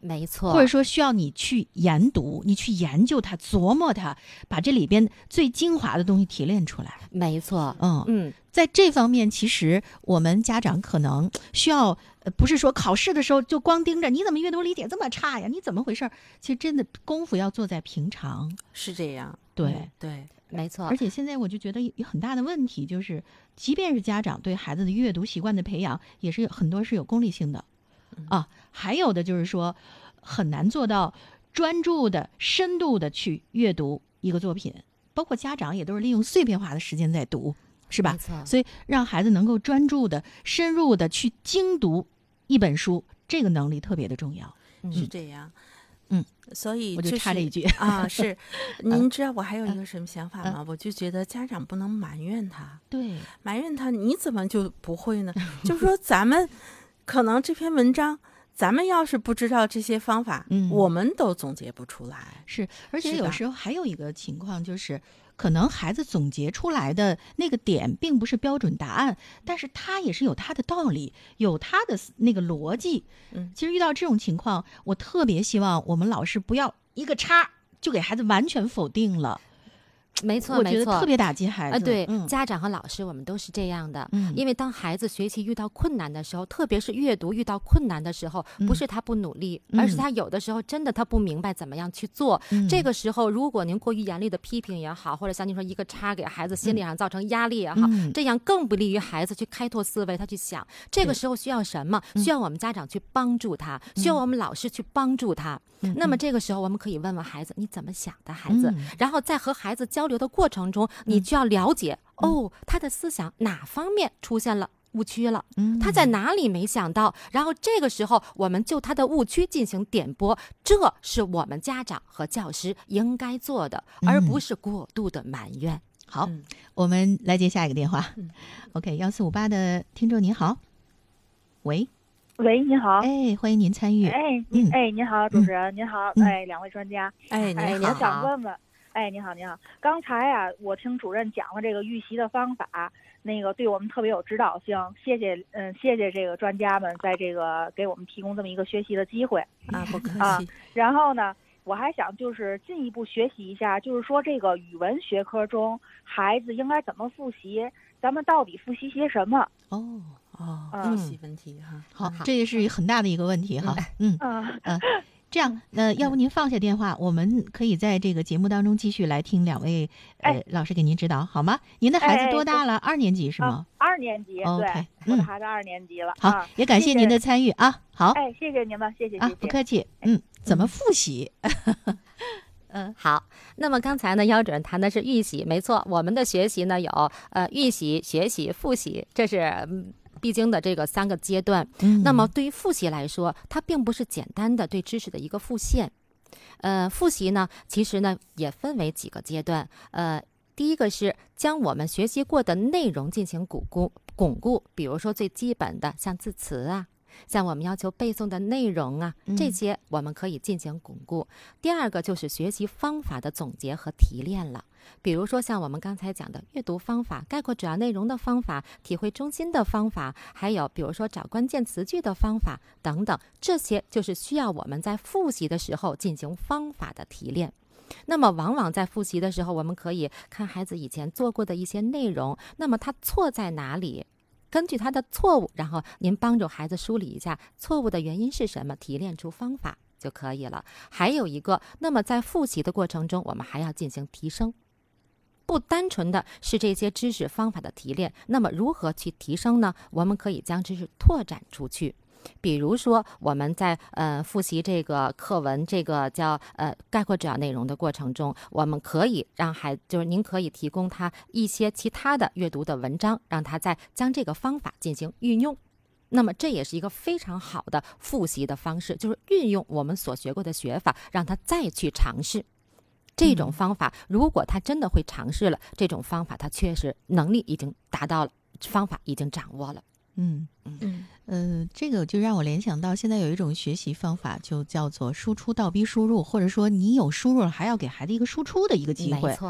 没错， 或者说需要你去研读，你去研究它，琢磨它，把这里边最精华的东西提炼出来。 没错， 嗯嗯， 在这方面，其实我们家长可能需要，呃，不是说考试的时候就光盯着你怎么阅读理解这么差呀，你怎么回事？其实真的功夫要做在平常。 是这样， 对、 嗯、对， 没错。 而且现在我就觉得有很大的问题，就是即便是家长对孩子的阅读习惯的培养，也是很多是有功利性的。啊，还有的就是说很难做到专注的、深度的去阅读一个作品，包括家长也都是利用碎片化的时间在读，是吧？ 没错。 所以让孩子能够专注的、深入的去精读一本书，这个能力特别的重要。 嗯、 是这样。 嗯， 所以、 就是、我就插这一句啊，是。您知道我还有一个什么想法吗？ 嗯、 我就觉得家长不能埋怨他， 对， 埋怨他你怎么就不会呢？就是说咱们。可能这篇文章，咱们要是不知道这些方法， 嗯， 我们都总结不出来。 是，而且有时候还有一个情况就是，可能孩子总结出来的那个点并不是标准答案，但是他也是有他的道理，有他的那个逻辑。 嗯， 其实遇到这种情况，我特别希望我们老师不要一个叉就给孩子完全否定了。 没错， 我觉得特别打击孩子。 啊、对、 嗯， 家长和老师我们都是这样的、 嗯。 因为当孩子学习遇到困难的时候，特别是阅读遇到困难的时候， 嗯、 不是他不努力、嗯，而是他有的时候真的他不明白怎么样去做。 嗯、这个时候，如果您过于严厉的批评也好，或者像您说一个叉给孩子心理上造成压力也好、 嗯， 这样更不利于孩子去开拓思维，他去想。这个时候需要什么？需要我们家长去帮助他， 嗯、 需要我们老师去帮助他。 嗯、 那么这个时候，我们可以问问孩子你怎么想的，孩子、 嗯， 然后在和孩子交流的过程中。你就要了解、嗯、哦，他的思想哪方面出现了误区了、 嗯、 他在哪里没想到，然后这个时候我们就他的误区进行点拨，这是我们家长和教师应该做的、嗯、而不是过度的埋怨。 好、嗯、我们来接下一个电话、 嗯、 OK 一四五八的听众您好。喂喂，您好， 哎，欢迎您参与。 哎， 嗯， 哎，您好，主持人，嗯、您好， 嗯、 哎，两位专家， 哎，您好， 我想问问，哎，您好，您好，刚才啊，我听主任讲了这个预习的方法，那个对我们特别有指导性，谢谢，嗯，谢谢这个专家们在这个给我们提供这么一个学习的机会啊，不客气。 啊，然后呢，我还想就是进一步学习一下，就是说这个语文学科中孩子应该怎么复习，咱们到底复习些什么？ 哦。 哦， 嗯， 细问题哈， 好，这也是很大的一个问题哈，嗯嗯嗯，这样，呃，要不您放下电话，我们可以在这个节目当中继续来听两位呃老师给您指导，好吗？您的孩子多大了？二年级是吗？ 二年级，对，我的孩子二年级了。 好，也感谢您的参与啊，好， 哎，谢谢您们，谢谢， 啊，不客气，嗯，怎么复习？ 嗯，好。那么刚才呢，姚主任谈的是预习，没错，我们的学习呢有呃预习、学习、复习，这是。嗯必经的这个三个阶段， 嗯， 那么对于复习来说，它并不是简单的对知识的一个复现。呃，复习呢，其实呢也分为几个阶段。呃，第一个是将我们学习过的内容进行巩固，巩固，比如说最基本的像字词啊。像我们要求背诵的内容啊，这些我们可以进行巩固。嗯、第二个就是学习方法的总结和提炼了，比如说像我们刚才讲的阅读方法、概括主要内容的方法、体会中心的方法，还有比如说找关键词句的方法等等，这些就是需要我们在复习的时候进行方法的提炼。那么往往在复习的时候，我们可以看孩子以前做过的一些内容，那么他错在哪里？根据他的错误，然后您帮助孩子梳理一下错误的原因是什么，提炼出方法就可以了。还有一个，那么在复习的过程中，我们还要进行提升，不单纯的是这些知识方法的提炼。那么如何去提升呢？我们可以将知识拓展出去。比如说我们在呃复习这个课文，这个叫呃概括主要内容的过程中，我们可以让孩就是您可以提供他一些其他的阅读的文章，让他再将这个方法进行运用。那么这也是一个非常好的复习的方式，就是运用我们所学过的学法，让他再去尝试。这种方法如果他真的会尝试了，这种方法他确实能力已经达到了，方法已经掌握了。 嗯嗯呃，这个就让我联想到现在有一种学习方法，就叫做输出倒逼输入，或者说你有输入了，还要给孩子一个输出的一个机会。 没错，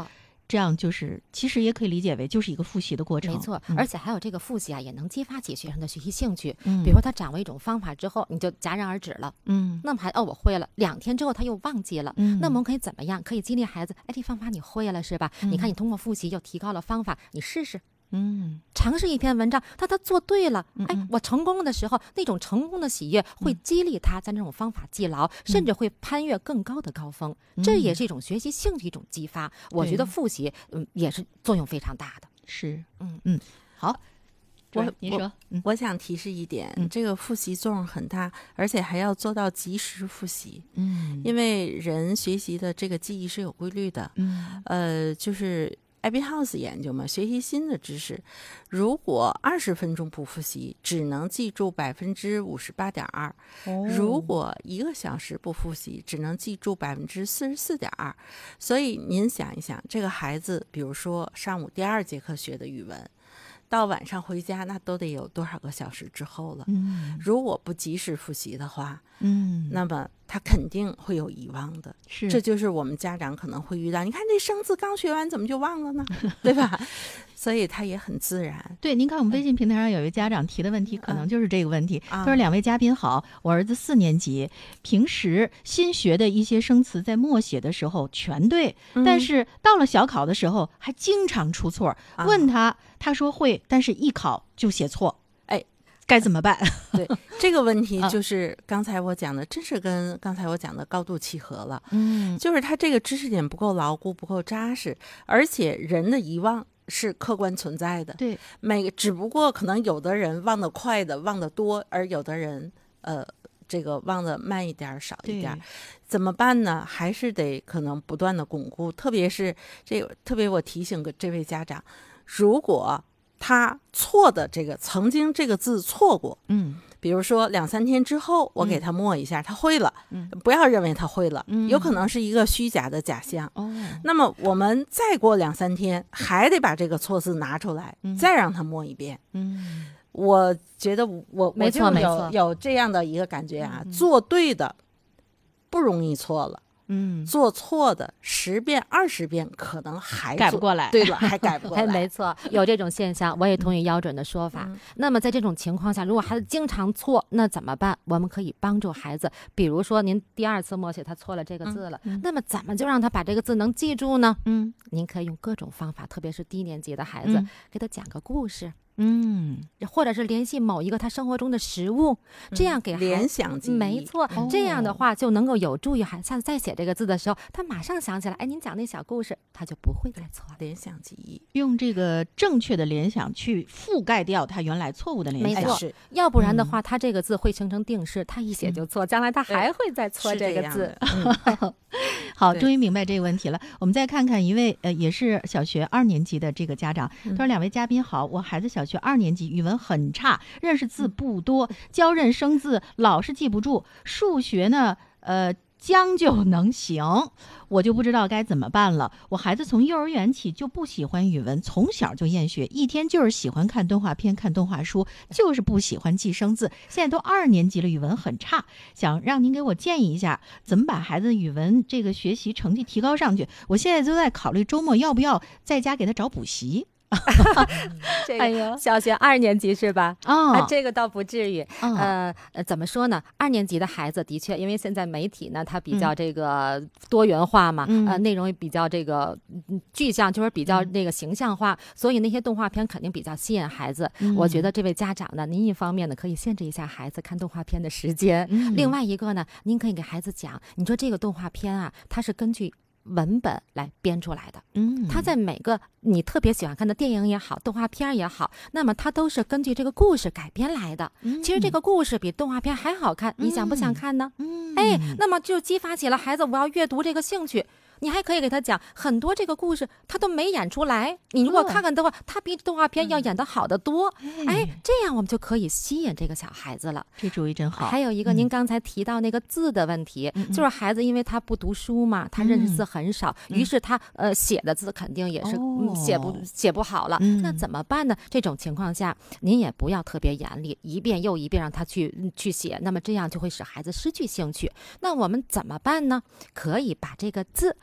这样就是其实也可以理解为就是一个复习的过程。 没错， 嗯、 而且还有这个复习啊，也能激发起学生的学习兴趣。 嗯， 比如说他掌握一种方法之后，你就戛然而止了。 嗯， 那么还哦，我会了，两天之后他又忘记了。 嗯， 那么我们可以怎么样？可以激励孩子，哎，这方法你会了是吧？ 嗯、 你看你通过复习又提高了方法，你试试。 嗯， 尝试一篇文章，他他做对了， 嗯嗯哎，我成功的时候，那种成功的喜悦会激励他在那种方法记牢，嗯、甚至会攀越更高的高峰。嗯、这也是一种学习兴趣一种激发。我觉得复习，嗯，也是作用非常大的。 是， 嗯嗯，好， 我您说， 我我想提示一点， 嗯、 这个复习作用很大，而且还要做到及时复习。 嗯， 因为人学习的这个记忆是有规律的。 嗯， 呃，就是。Ebbinghaus 研究嘛，学习新的知识，如果二十分钟不复习，只能记住百分之五十八点二；如果一个小时不复习，只能记住百分之四十四点二。所以您想一想，这个孩子，比如说上午第二节课学的语文，到晚上回家，那都得有多少个小时之后了？ 嗯， 如果不及时复习的话， 嗯， 那么他肯定会有遗忘的。 是， 这就是我们家长可能会遇到。你看这生字刚学完，怎么就忘了呢？对吧？所以他也很自然。 对，您看我们微信平台上有一位家长提的问题，嗯、可能就是这个问题。 他、 嗯、说两位嘉宾好，我儿子四年级，平时新学的一些生词在默写的时候全对， 嗯、 但是到了小考的时候还经常出错。 啊、 问他，他说会，但是一考就写错。 哎， 该怎么办？ 对，这个问题就是刚才我讲的，真是跟刚才我讲的高度契合了。 嗯， 就是他这个知识点不够牢固，不够扎实，而且人的遗忘是客观存在的。 对， 每个只不过可能有的人忘得快的忘得多，而有的人呃这个忘得慢一点少一点，怎么办呢？还是得可能不断的巩固，特别是这个特别我提醒个这位家长，如果他错的这个曾经这个字错过， 嗯， 比如说两三天之后我给他默一下，嗯、他会了， 嗯， 不要认为他会了， 嗯， 有可能是一个虚假的假象。 哦， 那么我们再过两三天还得把这个错字拿出来， 嗯、 再让他默一遍。 嗯， 我觉得我没错没错， 有这样的一个感觉啊， 嗯、 做对的不容易错了。 嗯， 做错的十遍二十遍可能还改不过来， 对了，还改不过来。 哎，没错，有这种现象，我也同意标准的说法。 嗯、 那么在这种情况下，如果孩子经常错，那怎么办？我们可以帮助孩子，比如说您第二次默写他错了这个字了， 嗯、 那么怎么就让他把这个字能记住呢？ 嗯， 您可以用各种方法，特别是低年级的孩子， 嗯、 给他讲个故事。 嗯， 或者是联系某一个他生活中的食物，这样给孩子、 嗯、联想记忆， 没错、 哦， 这样的话就能够有助于孩子下次再写这个字的时候，他马上想起来，哎，您讲那小故事，他就不会再错了。 联想记忆， 用这个正确的联想去覆盖掉他原来错误的联想， 没错。要不然的话，他这个字会形成定式，他一写就错，将来他还会再错这个字。 嗯、好，终于明白这个问题了。我们再看看一位呃，也是小学二年级的这个家长，他说：“两位嘉宾好，我孩子小学二年级，语文很差，认识字不多，教认生字老是记不住，数学呢，呃。”将就能行，我就不知道该怎么办了。我孩子从幼儿园起就不喜欢语文，从小就厌学，一天就是喜欢看动画片、看动画书，就是不喜欢记生字。现在都二年级了，语文很差，想让您给我建议一下，怎么把孩子语文这个学习成绩提高上去。我现在都在考虑周末要不要在家给他找补习。 这个小学二年级是吧？ 哦、 啊，这个倒不至于。 哦、 呃呃，怎么说呢？二年级的孩子的确，因为现在媒体呢，它比较这个多元化嘛， 嗯、 呃，内容也比较这个具象，就是比较那个形象化，嗯、所以那些动画片肯定比较吸引孩子。 嗯、 我觉得这位家长呢，您一方面呢可以限制一下孩子看动画片的时间， 嗯、 另外一个呢，您可以给孩子讲，你说这个动画片啊，它是根据文本来编出来的， 嗯， 它在每个你特别喜欢看的电影也好，动画片也好，那么它都是根据这个故事改编来的。 嗯、 其实这个故事比动画片还好看， 嗯、 你想不想看呢？ 嗯， 哎，那么就激发起了孩子我要阅读这个兴趣。你还可以给他讲很多这个故事，他都没演出来。你如果看看的话，他比动画片要演得好得多。哎，这样我们就可以吸引这个小孩子了。 这主意真好。 还有一个，您刚才提到那个字的问题， 嗯、 就是孩子因为他不读书嘛，他认识字很少， 嗯、 于是他呃写的字肯定也是、 哦嗯、写不写不好了。 嗯、 那怎么办呢？这种情况下，您也不要特别严厉，一遍又一遍让他去去写，那么这样就会使孩子失去兴趣。那我们怎么办呢？可以把这个字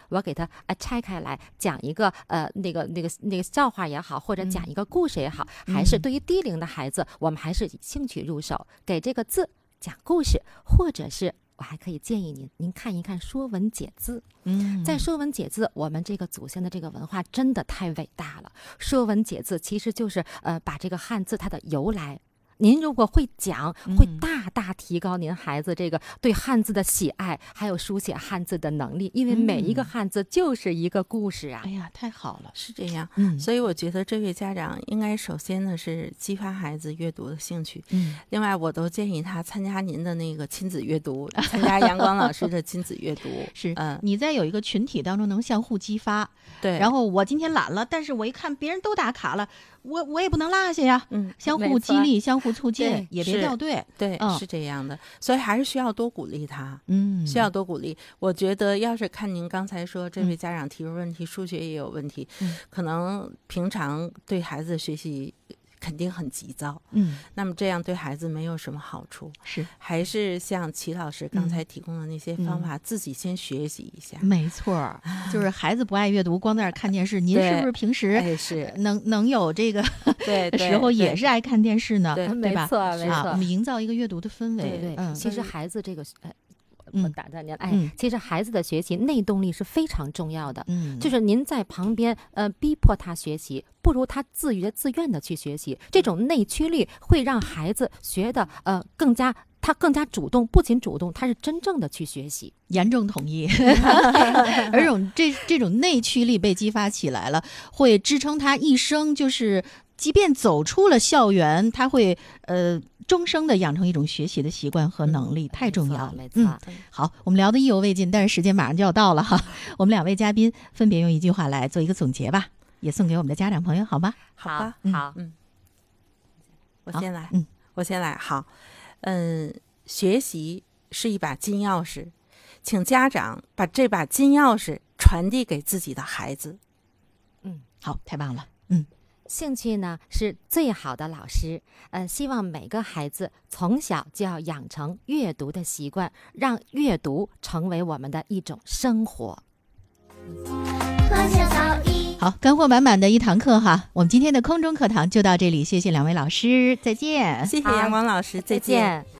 我给他呃拆开来讲一个呃那个那个那个笑话也好，或者讲一个故事也好， 嗯、 还是对于低龄的孩子，我们还是以兴趣入手，给这个字讲故事，或者是我还可以建议您，您看一看《说文解字》。 嗯， 在《说文解字》，我们这个祖先的这个文化真的太伟大了。《说文解字》其实就是呃把这个汉字它的由来。您如果会讲，会大大提高您孩子这个对汉字的喜爱，还有书写汉字的能力，因为每一个汉字就是一个故事啊！ 哎呀，太好了， 是这样。 嗯， 所以我觉得这位家长应该首先呢是激发孩子阅读的兴趣。 嗯， 另外我都建议他参加您的那个亲子阅读，参加阳光老师的亲子阅读。 是， 嗯， 你在有一个群体当中能相互激发。 对， 然后我今天懒了，但是我一看别人都打卡了，我我也不能落下呀。 嗯， 相互激励，相互促进，也别掉队。 对、 嗯， 是这样的，所以还是需要多鼓励他。 嗯， 需要多鼓励。我觉得要是看您刚才说这位家长提出问题，嗯、数学也有问题， 嗯， 可能平常对孩子学习肯定很急躁， 嗯， 那么这样对孩子没有什么好处。 是， 还是像齐老师刚才提供的那些方法，嗯、自己先学习一下。 没错，就是孩子不爱阅读，光在那儿看电视。您是不是平时哎是能能有这个对时候也是爱看电视呢？ 对， 对吧？ 没错，没错。 啊，我们营造一个阅读的氛围。 对对， 嗯， 其实孩子这个，哎。我打断您，哎、 嗯， 其实孩子的学习内动力是非常重要的。 嗯， 就是您在旁边，呃，逼迫他学习，不如他自觉自愿的去学习。这种内驱力会让孩子学的，呃，更加他更加主动，不仅主动，他是真正的去学习。 严重同意。而这种这这种内驱力被激发起来了，会支撑他一生，就是即便走出了校园，他会呃。终生的养成一种学习的习惯和能力，嗯、太重要了。 没错， 嗯，好，我们聊得意犹未尽，但是时间马上就要到了哈。我们两位嘉宾分别用一句话来做一个总结吧，也送给我们的家长朋友，好吗？ 好吧， 好， 嗯，我先来， 嗯， 我先来，好，嗯，学习是一把金钥匙，请家长把这把金钥匙传递给自己的孩子。 嗯，好，太棒了，嗯。 兴趣呢是最好的老师，呃，希望每个孩子从小就要养成阅读的习惯，让阅读成为我们的一种生活。 好，干货满满的一堂课哈，我们今天的空中课堂就到这里，谢谢两位老师，再见。 谢谢阳光老师，再见。